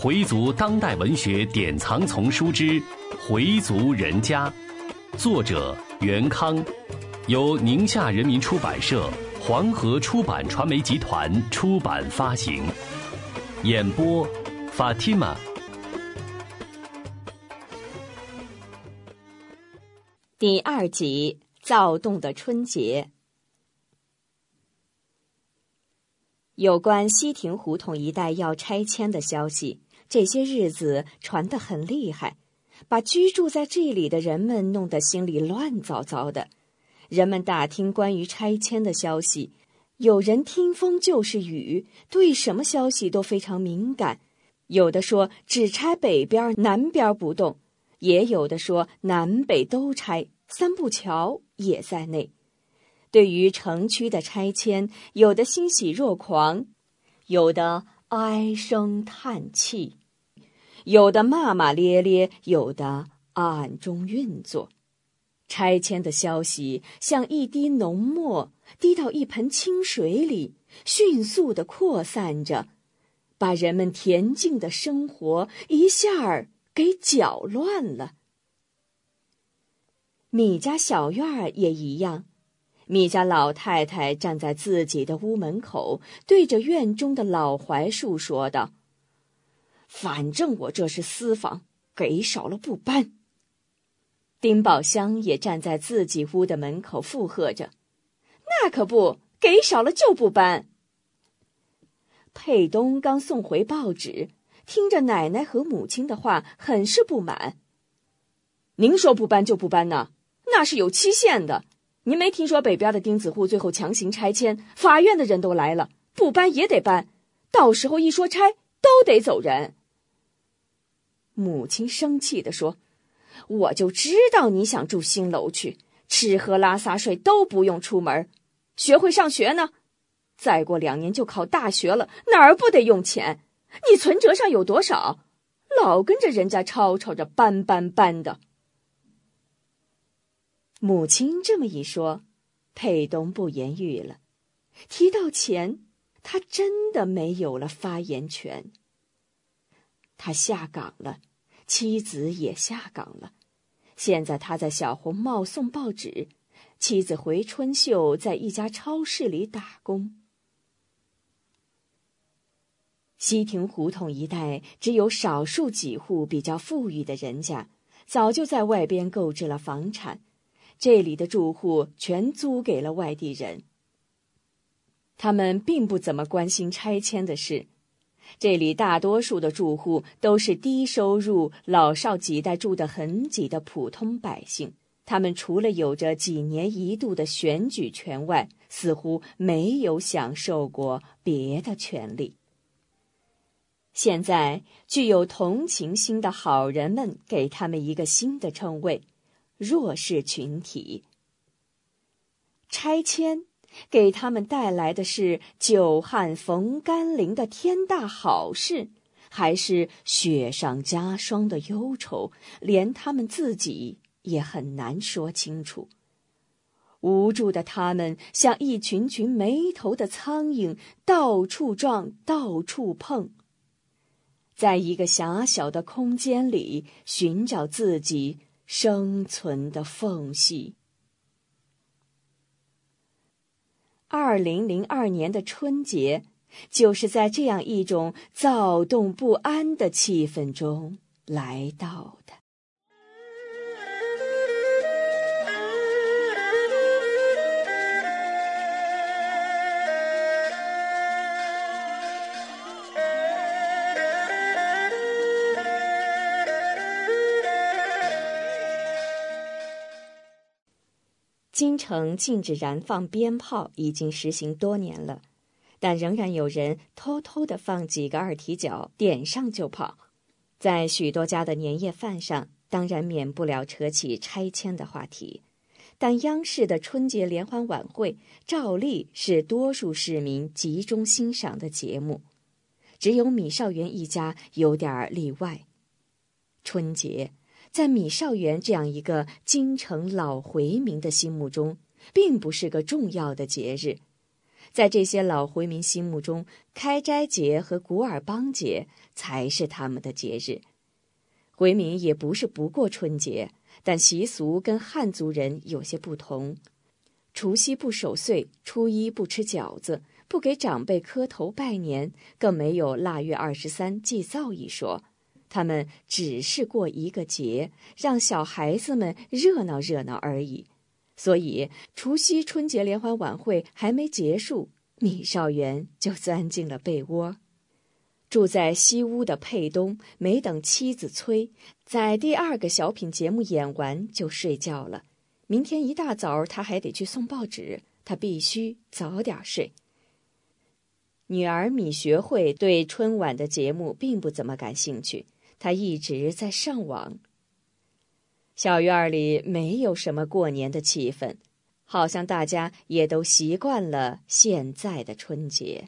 回族当代文学典藏丛书之《回族人家》，作者袁康，由宁夏人民出版社、黄河出版传媒集团出版发行。演播 Fatima。 第2集，躁动的春节。有关西亭胡同一带要拆迁的消息，这些日子传得很厉害，把居住在这里的人们弄得心里乱糟糟的。人们打听关于拆迁的消息，有人听风就是雨，对什么消息都非常敏感。有的说只拆北边，南边不动，也有的说南北都拆，三步桥也在内。对于城区的拆迁，有的欣喜若狂，有的唉声叹气，有的骂骂咧咧，有的暗中运作。拆迁的消息像一滴浓墨滴到一盆清水里，迅速地扩散着，把人们恬静的生活一下儿给搅乱了。米家小院儿也一样，米家老太太站在自己的屋门口，对着院中的老槐树说道：“反正我这是私房，给少了不搬。”丁宝香也站在自己屋的门口附和着：“那可不，给少了就不搬。”佩东刚送回报纸，听着奶奶和母亲的话，很是不满：“您说不搬就不搬呢？那是有期限的。您没听说北边的钉子户最后强行拆迁，法院的人都来了，不搬也得搬，到时候一说拆，都得走人。”母亲生气地说：“我就知道你想住新楼去，吃喝拉撒睡都不用出门，学会上学呢。再过2年就考大学了，哪儿不得用钱？你存折上有多少？老跟着人家吵吵着搬搬搬的。”母亲这么一说，佩东不言语了。提到钱，他真的没有了发言权。他下岗了，妻子也下岗了。现在他在小红帽送报纸，妻子回春秀在一家超市里打工。西亭胡同一带只有少数几户比较富裕的人家，早就在外边购置了房产，这里的住户全租给了外地人。他们并不怎么关心拆迁的事。这里大多数的住户都是低收入、老少几代住得很挤的普通百姓，他们除了有着几年一度的选举权外，似乎没有享受过别的权利。现在具有同情心的好人们给他们一个新的称谓：弱势群体。拆迁给他们带来的是久旱逢甘霖的天大好事，还是雪上加霜的忧愁，连他们自己也很难说清楚。无助的他们像一群群没头的苍蝇，到处撞，到处碰，在一个狭小的空间里寻找自己生存的缝隙。2002年的春节，就是在这样一种躁动不安的气氛中来到的。京城禁止燃放鞭炮已经实行多年了，但仍然有人偷偷地放几个二踢脚，点上就跑。在许多家的年夜饭上，当然免不了扯起拆迁的话题，但央视的春节联欢晚会照例是多数市民集中欣赏的节目，只有米少元一家有点例外。春节在米少元这样一个京城老回民的心目中，并不是个重要的节日。 在这些老回民心目中，开斋节和古尔邦节才是他们的节日。回民也不是不过春节，但习俗跟汉族人有些不同。除夕不守岁，初一不吃饺子，不给长辈磕头拜年，更没有腊月23祭灶一说。他们只是过一个节，让小孩子们热闹热闹而已。所以除夕春节联欢晚会还没结束，米少元就钻进了被窝。住在西屋的佩东没等妻子催，在第2个小品节目演完就睡觉了。明天一大早他还得去送报纸，他必须早点睡。女儿米学会对春晚的节目并不怎么感兴趣，她一直在上网。小院里没有什么过年的气氛，好像大家也都习惯了现在的春节。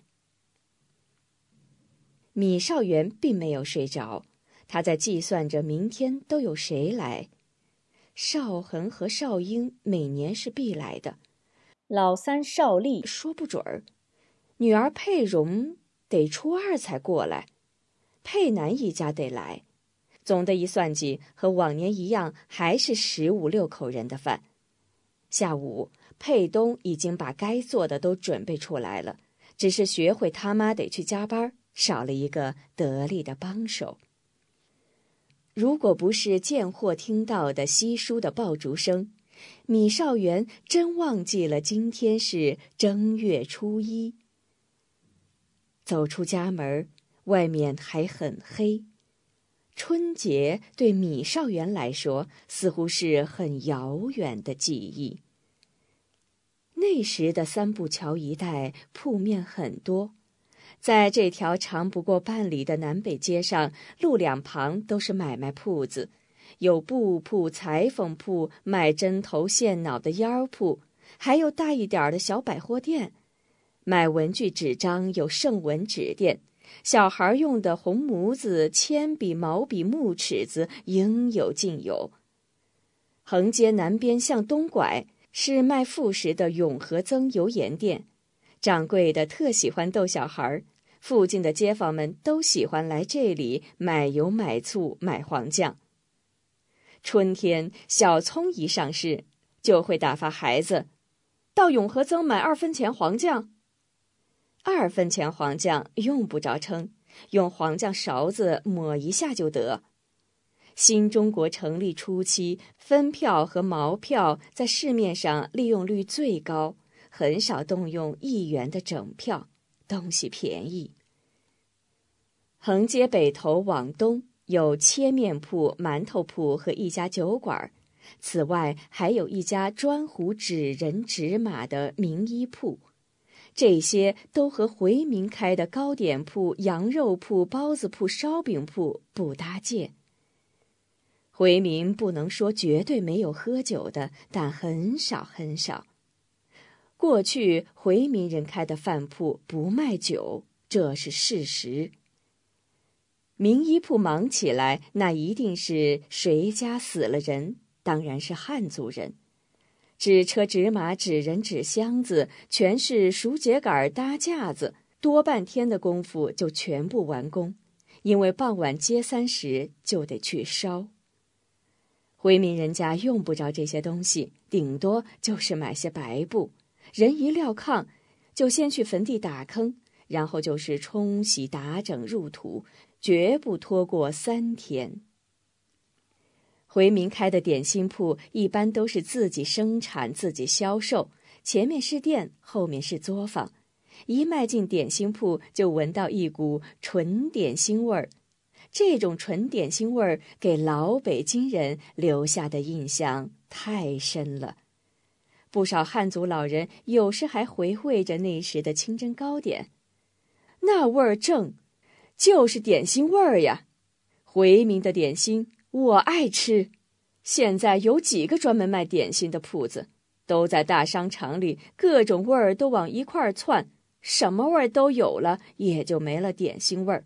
米少元并没有睡着，他在计算着明天都有谁来。少恒和少英每年是必来的，老三少丽说不准儿，女儿佩蓉得初2才过来，佩南一家得来。总的一算计，和往年一样，还是15、16口人的饭。下午，佩东已经把该做的都准备出来了，只是学会他妈得去加班，少了一个得力的帮手。如果不是见货听到的稀疏的爆竹声，米少元真忘记了今天是正月初1。走出家门，外面还很黑。春节对米少元来说似乎是很遥远的记忆。那时的三步桥一带铺面很多，在这条长不过半里的南北街上，路两旁都是买卖铺子，有布铺、裁缝铺、卖针头线脑的烟儿铺，还有大一点的小百货店。买文具纸张有盛文纸店，小孩用的红模子、铅笔、毛笔、木尺子应有尽有。横街南边向东拐是卖副食的永和增油盐店，掌柜的特喜欢逗小孩，附近的街坊们都喜欢来这里买油、买醋、买黄酱。春天小葱一上市，就会打发孩子到永和增买2分钱黄酱。2分钱黄酱用不着称，用黄酱勺子抹一下就得。新中国成立初期，分票和毛票在市面上利用率最高，很少动用1元的整票，东西便宜。横街北头往东有切面铺、馒头铺和一家酒馆，此外还有一家专糊纸人纸马的名医铺。这些都和回民开的糕点铺、羊肉铺、包子铺、烧饼铺不搭界。回民不能说绝对没有喝酒的，但很少很少。过去回民人开的饭铺不卖酒，这是事实。名医铺忙起来，那一定是谁家死了人，当然是汉族人。纸车纸马纸人纸箱子全是熟秸秆搭架子，多半天的功夫就全部完工，因为傍晚接3时就得去烧。回民人家用不着这些东西，顶多就是买些白布，人一撂炕就先去坟地打坑，然后就是冲洗打整入土，绝不拖过3天。回民开的点心铺一般都是自己生产自己销售，前面是店，后面是作坊。一迈进点心铺就闻到一股纯点心味儿，这种纯点心味儿给老北京人留下的印象太深了。不少汉族老人有时还回味着那时的清真糕点，那味儿正，就是点心味儿呀。回民的点心我爱吃，现在有几个专门卖点心的铺子，都在大商场里，各种味儿都往一块儿窜，什么味儿都有了，也就没了点心味儿。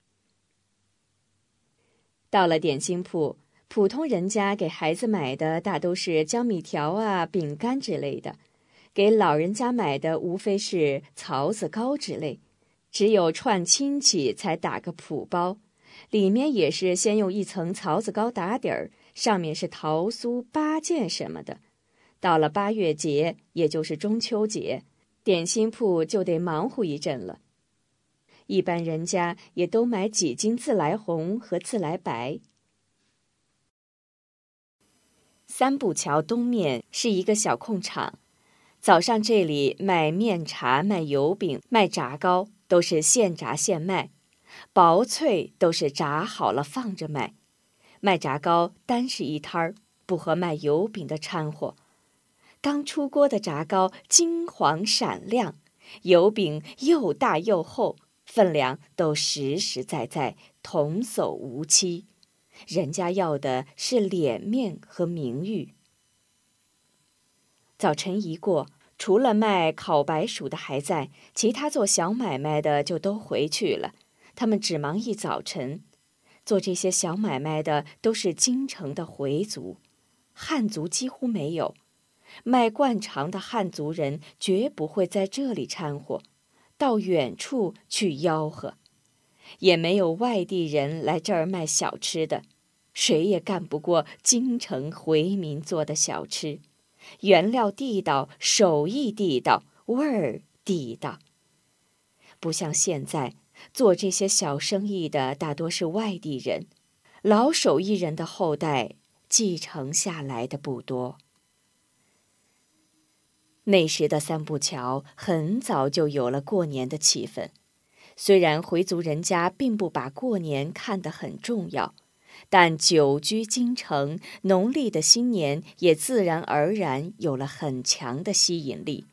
到了点心铺，普通人家给孩子买的大都是江米条啊、饼干之类的， 给老人家买的无非是槽子糕之类，只有串亲戚才打个普包，里面也是先用一层槽子糕打底儿，上面是桃酥、八件什么的。到了8月节，也就是中秋节，点心铺就得忙活一阵了。一般人家也都买几斤自来红和自来白。三步桥东面是一个小空场，早上这里卖面茶、卖油饼、卖炸糕，都是现炸现卖，薄脆都是炸好了放着卖。卖炸糕单是一摊儿，不和卖油饼的掺和。刚出锅的炸糕金黄闪亮，油饼又大又厚，分量都实实在在，童叟无欺。人家要的是脸面和名誉。早晨一过，除了卖烤白薯的还在，其他做小买卖的就都回去了。他们只忙一早晨。做这些小买卖的都是京城的回族，汉族几乎没有。卖灌肠的汉族人绝不会在这里掺和，到远处去吆喝。也没有外地人来这儿卖小吃的，谁也干不过京城回民做的小吃，原料地道，手艺地道，味儿地道。不像现在，做这些小生意的大多是外地人，老手艺人的后代继承下来的不多。那时的三步桥很早就有了过年的气氛，虽然回族人家并不把过年看得很重要，但久居京城，农历的新年也自然而然有了很强的吸引力。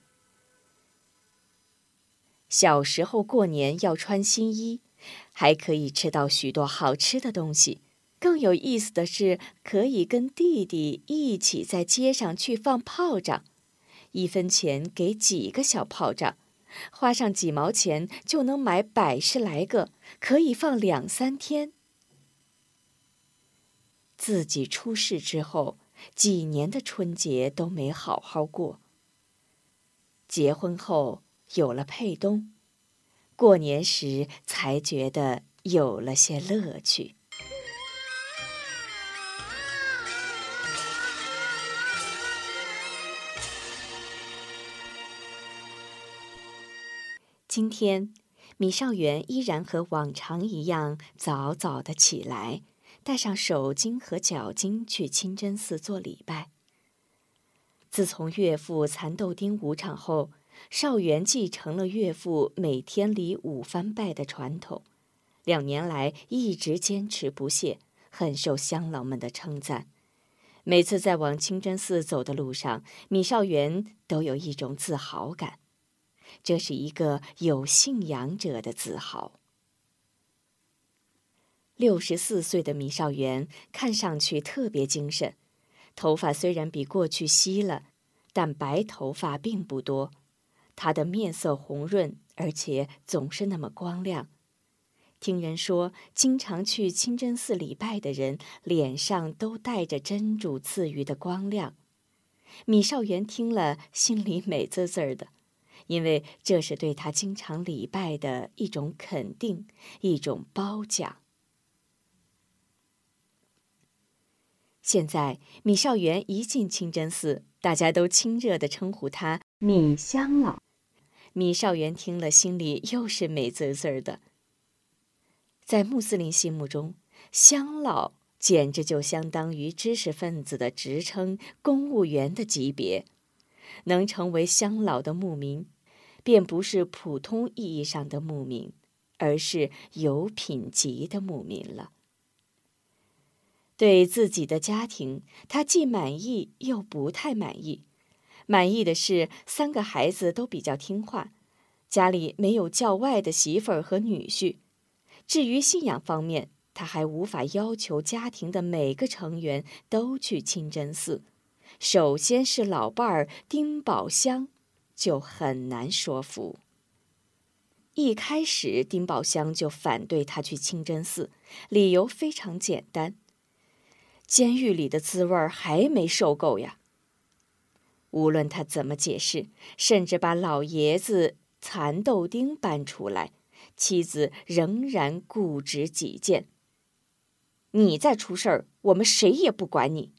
小时候过年要穿新衣，还可以吃到许多好吃的东西。更有意思的是，可以跟弟弟一起在街上去放炮仗，1分钱给几个小炮仗，花上几毛钱就能买100来个，可以放2、3天。自己出事之后，几年的春节都没好好过。结婚后有了佩东，过年时才觉得有了些乐趣。今天，米少元依然和往常一样早早的起来，带上手巾和脚巾去清真寺做礼拜。自从岳父蚕豆丁5场后，少元继承了岳父每天礼5番拜的传统，2年来一直坚持不懈，很受乡老们的称赞。每次在往清真寺走的路上，米少元都有一种自豪感，这是一个有信仰者的自豪。64岁的米少元看上去特别精神，头发虽然比过去稀了，但白头发并不多。他的面色红润，而且总是那么光亮。听人说，经常去清真寺礼拜的人脸上都带着真主赐予的光亮。米少元听了，心里美滋滋的，因为这是对他经常礼拜的一种肯定，一种褒奖。现在，米少元一进清真寺，大家都亲热地称呼他米乡老。米少元听了，心里又是美滋滋的。在穆斯林心目中，乡老简直就相当于知识分子的职称，公务员的级别。能成为乡老的牧民，便不是普通意义上的牧民，而是有品级的牧民了。对自己的家庭，他既满意又不太满意。满意的是3个孩子都比较听话，家里没有叫外的媳妇儿和女婿。至于信仰方面，他还无法要求家庭的每个成员都去清真寺。首先是老伴儿丁宝香，就很难说服。一开始，丁宝香就反对他去清真寺，理由非常简单：监狱里的滋味还没受够呀。 无论他怎么解释，甚至把老爷子蚕豆丁搬出来，妻子仍然固执己见。你再出事儿，我们谁也不管你。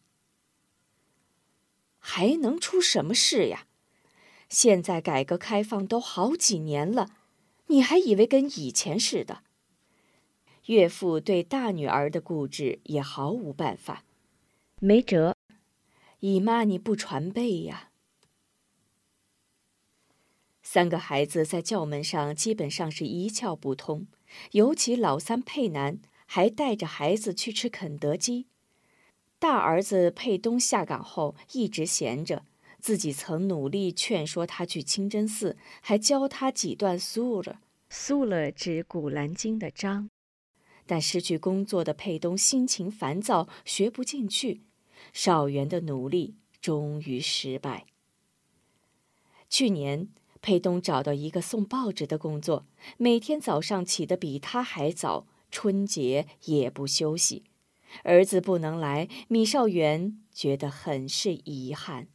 还能出什么事呀？现在改革开放都好几年了，你还以为跟以前似的？岳父对大女儿的固执也毫无办法。没辙，姨妈你不传辈呀。3个孩子在教门上基本上是一窍不通，尤其老三佩南还带着孩子去吃肯德基。大儿子佩东下岗后一直闲着，自己曾努力劝说他去清真寺，还教他几段苏了。苏了指古兰经的章。但失去工作的佩东心情烦躁，学不进去。少元的努力终于失败。去年佩东找到一个送报纸的工作，每天早上起得比他还早，春节也不休息。儿子不能来，米少元觉得很是遗憾。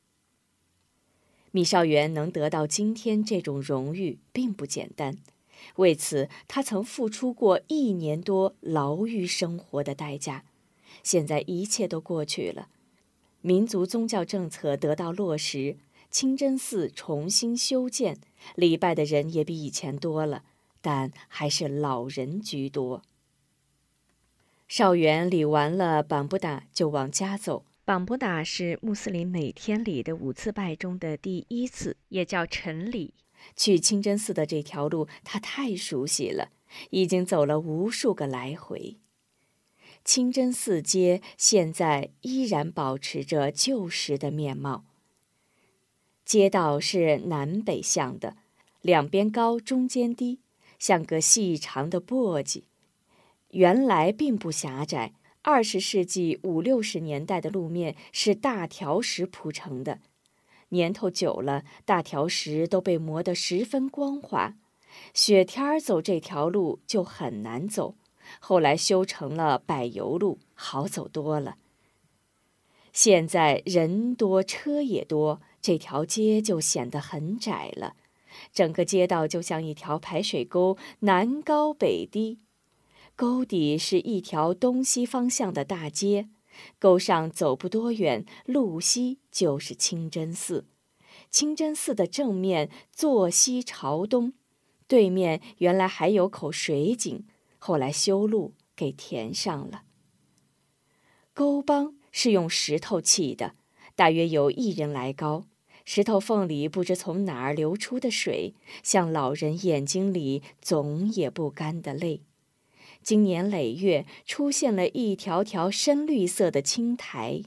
米少元能得到今天这种荣誉并不简单，为此他曾付出过1年多牢狱生活的代价。现在一切都过去了，民族宗教政策得到落实，清真寺重新修建，礼拜的人也比以前多了，但还是老人居多。少元礼完了邦布达就往家走。邦布达是穆斯林每天礼的5次拜中的第1次，也叫晨礼。去清真寺的这条路他太熟悉了，已经走了无数个来回。清真寺街现在依然保持着旧时的面貌。街道是南北向的，两边高，中间低，像个细长的簸箕。原来并不狭窄，20世纪50、60年代的路面是大条石铺成的，年头久了，大条石都被磨得十分光滑，雪天儿走这条路就很难走，后来修成了柏油路，好走多了。现在人多车也多，这条街就显得很窄了，整个街道就像一条排水沟，南高北低。沟底是一条东西方向的大街，沟上走不多远，路西就是清真寺。清真寺的正面坐西朝东，对面原来还有口水井，后来修路给填上了。沟帮是用石头砌的，大约有1人来高，石头缝里不知从哪儿流出的水，像老人眼睛里总也不干的泪。经年累月，出现了一条条深绿色的青苔。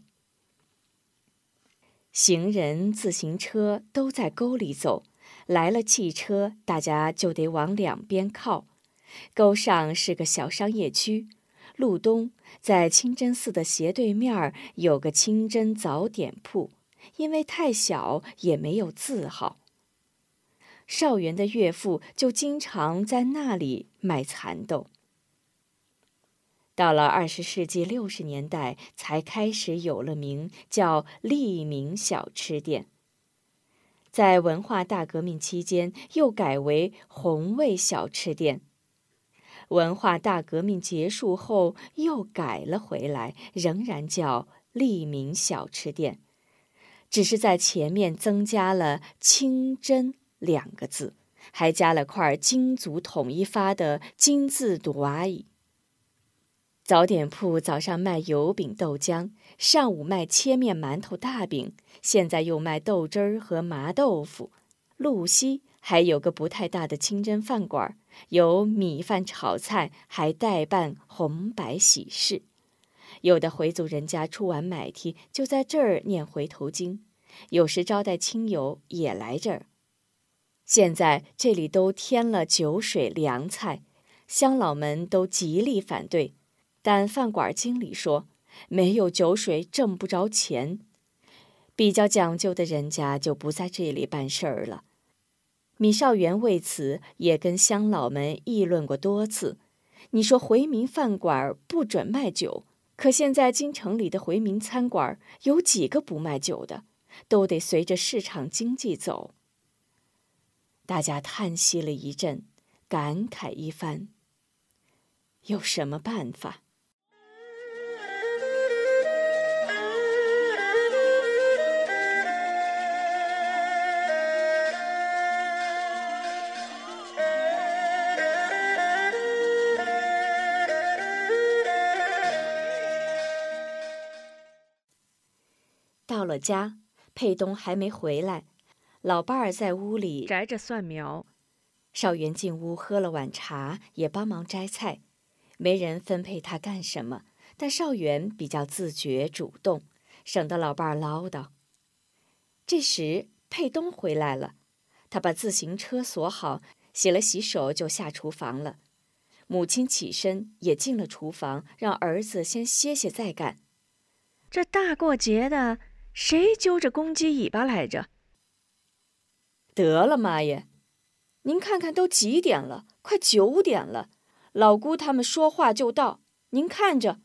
行人、自行车都在沟里走，来了汽车，大家就得往两边靠。沟上是个小商业区，路东在清真寺的斜对面有个清真早点铺，因为太小也没有字号。少元的岳父就经常在那里卖蚕豆。到了20世纪60年代，才开始有了名，叫利民小吃店。在文化大革命期间，又改为红卫小吃店。文化大革命结束后，又改了回来，仍然叫利民小吃店，只是在前面增加了清真2个字，还加了块金族统一发的金字独阿伊。早点铺早上卖油饼豆浆，上午卖切面馒头大饼，现在又卖豆汁儿和麻豆腐。路西还有个不太大的清真饭馆，有米饭炒菜，还代办红白喜事。有的回族人家出完买提就在这儿念回头经，有时招待亲友也来这儿。现在这里都添了酒水凉菜，乡老们都极力反对，但饭馆经理说，没有酒水挣不着钱。比较讲究的人家就不在这里办事儿了。米少元为此也跟乡老们议论过多次。你说回民饭馆不准卖酒，可现在京城里的回民餐馆有几个不卖酒的？ 都得随着市场经济走。大家叹息了一阵，感慨一番。有什么办法？到了家，佩东还没回来，老伴儿在屋里摘着蒜苗。少元进屋喝了碗茶，也帮忙摘菜。没人分配他干什么，但少元比较自觉主动，省得老伴儿唠叨。这时佩东回来了，他把自行车锁好，洗了洗手就下厨房了。母亲起身也进了厨房，让儿子先歇歇再干。 这大过节的，谁揪着公鸡尾巴来着？ 得了，妈爷，您看看都几点了，快9点了。老姑他们说话就到，您看着。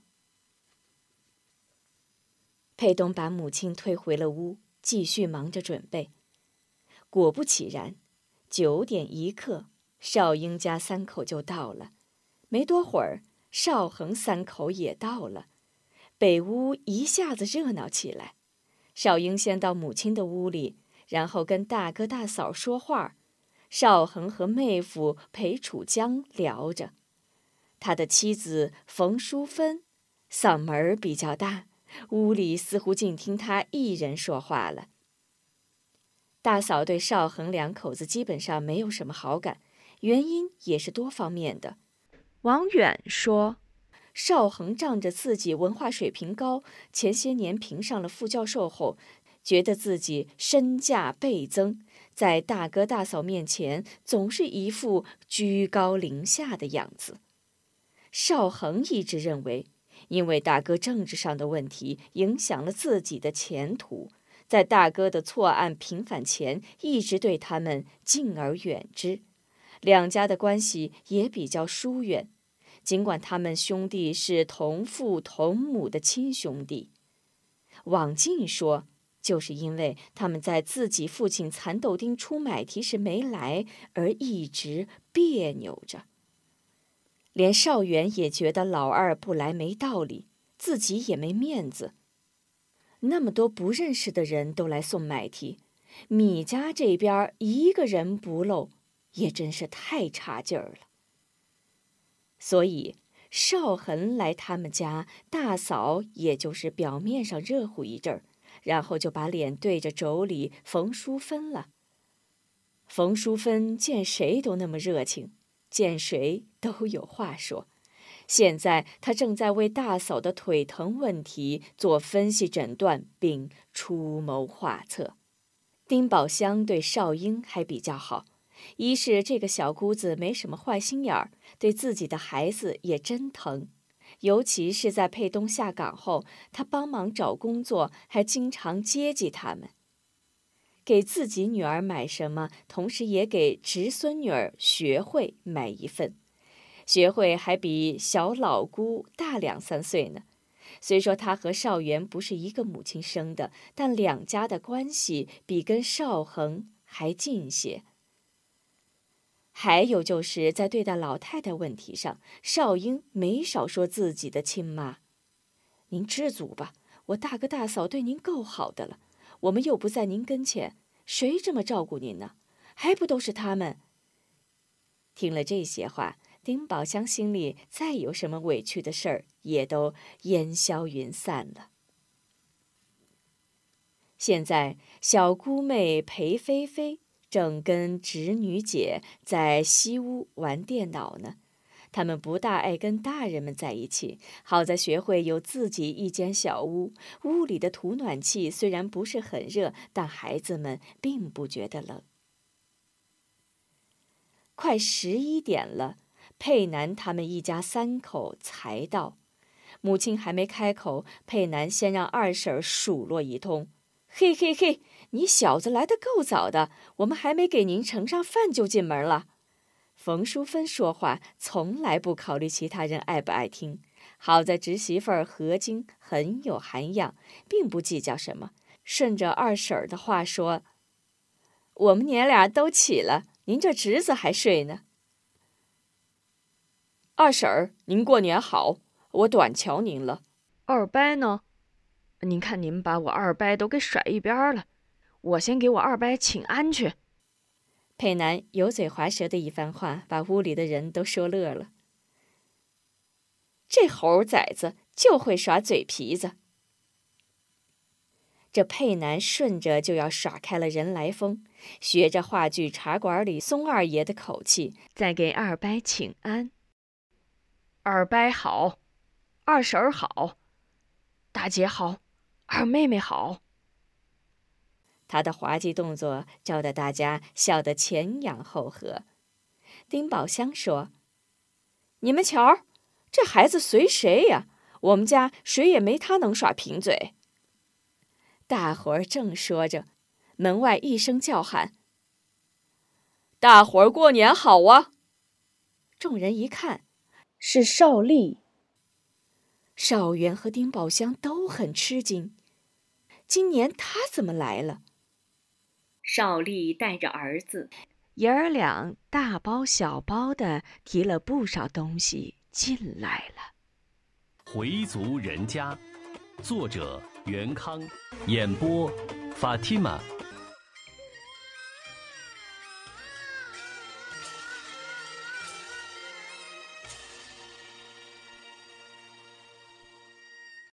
佩东把母亲推回了屋，继续忙着准备。果不其然，9点1刻，少英家3口就到了。没多会儿，少恒3口也到了。北屋一下子热闹起来。少英先到母亲的屋里，然后跟大哥大嫂说话。少恒和妹夫裴楚江聊着。他的妻子冯淑芬嗓门儿比较大，屋里似乎净听他一人说话了。大嫂对少恒2口子基本上没有什么好感，原因也是多方面的。 王远说， 少恒仗着自己文化水平高，前些年评上了副教授后，觉得自己身价倍增，在大哥大嫂面前总是一副居高临下的样子。少恒一直认为，因为大哥政治上的问题影响了自己的前途，在大哥的错案平反前，一直对他们敬而远之，两家的关系也比较疏远。尽管他们兄弟是同父同母的亲兄弟，往近说，就是因为他们在自己父亲蚕豆丁出买提时没来，而一直别扭着。连少元也觉得老二不来没道理，自己也没面子。那么多不认识的人都来送买提，米家这边一个人不漏，也真是太差劲儿了。所以少恒来他们家，大嫂也就是表面上热乎一阵儿，然后就把脸对着妯娌冯淑芬了。冯淑芬见谁都那么热情，见谁都有话说。现在她正在为大嫂的腿疼问题做分析诊断，并出谋划策。丁宝香对少英还比较好，一是这个小姑子没什么坏心眼儿，对自己的孩子也真疼，尤其是在佩东下岗后，她帮忙找工作，还经常接济他们。给自己女儿买什么，同时也给侄孙女儿学会买一份。学会还比小老姑大2、3岁呢。虽说她和少元不是一个母亲生的，但两家的关系比跟少恒还近些。还有就是在对待老太太问题上，少英没少说自己的亲妈：“您知足吧，我大哥大嫂对您够好的了，我们又不在您跟前，谁这么照顾您呢？还不都是他们？”听了这些话，丁宝香心里再有什么委屈的事儿，也都烟消云散了。现在小姑妹裴菲菲正跟侄女姐在西屋玩电脑呢。他们不大爱跟大人们在一起，好在学会有自己一间小屋，屋里的土暖气虽然不是很热，但孩子们并不觉得冷。快11点了，佩南他们一家3口才到。母亲还没开口，佩南先让二婶数落一通：“嘿嘿嘿，你小子来得够早的，我们还没给您盛上饭就进门了。”冯淑芬说话从来不考虑其他人爱不爱听，好在侄媳妇儿何晶很有涵养，并不计较什么， 顺着二婶儿的话说：“我们娘俩都起了，您这侄子还睡呢。”二婶儿，您过年好，我短瞧您了。 二伯呢？您看你们把我二伯都给甩一边了，我先给我二伯请安去。 佩南油嘴滑舌的一番话，把屋里的人都说乐了。这猴崽子就会耍嘴皮子。这佩南顺着就要耍开了人来疯，学着话剧茶馆里松二爷的口气， 再给二伯请安。二伯好，二婶儿好，大姐好，二妹妹好。 他的滑稽动作招得大家笑得前仰后合。丁宝香说：“你们瞧，这孩子随谁呀？我们家谁也没他能耍贫嘴。”大伙儿正说着，门外一声叫喊：“大伙儿过年好啊！”众人一看，是邵丽。邵元和丁宝香都很吃惊，今年他怎么来了？邵丽带着儿子， 爷儿俩大包小包的提了不少东西进来了。 回族人家，作者袁康，演播法蒂玛。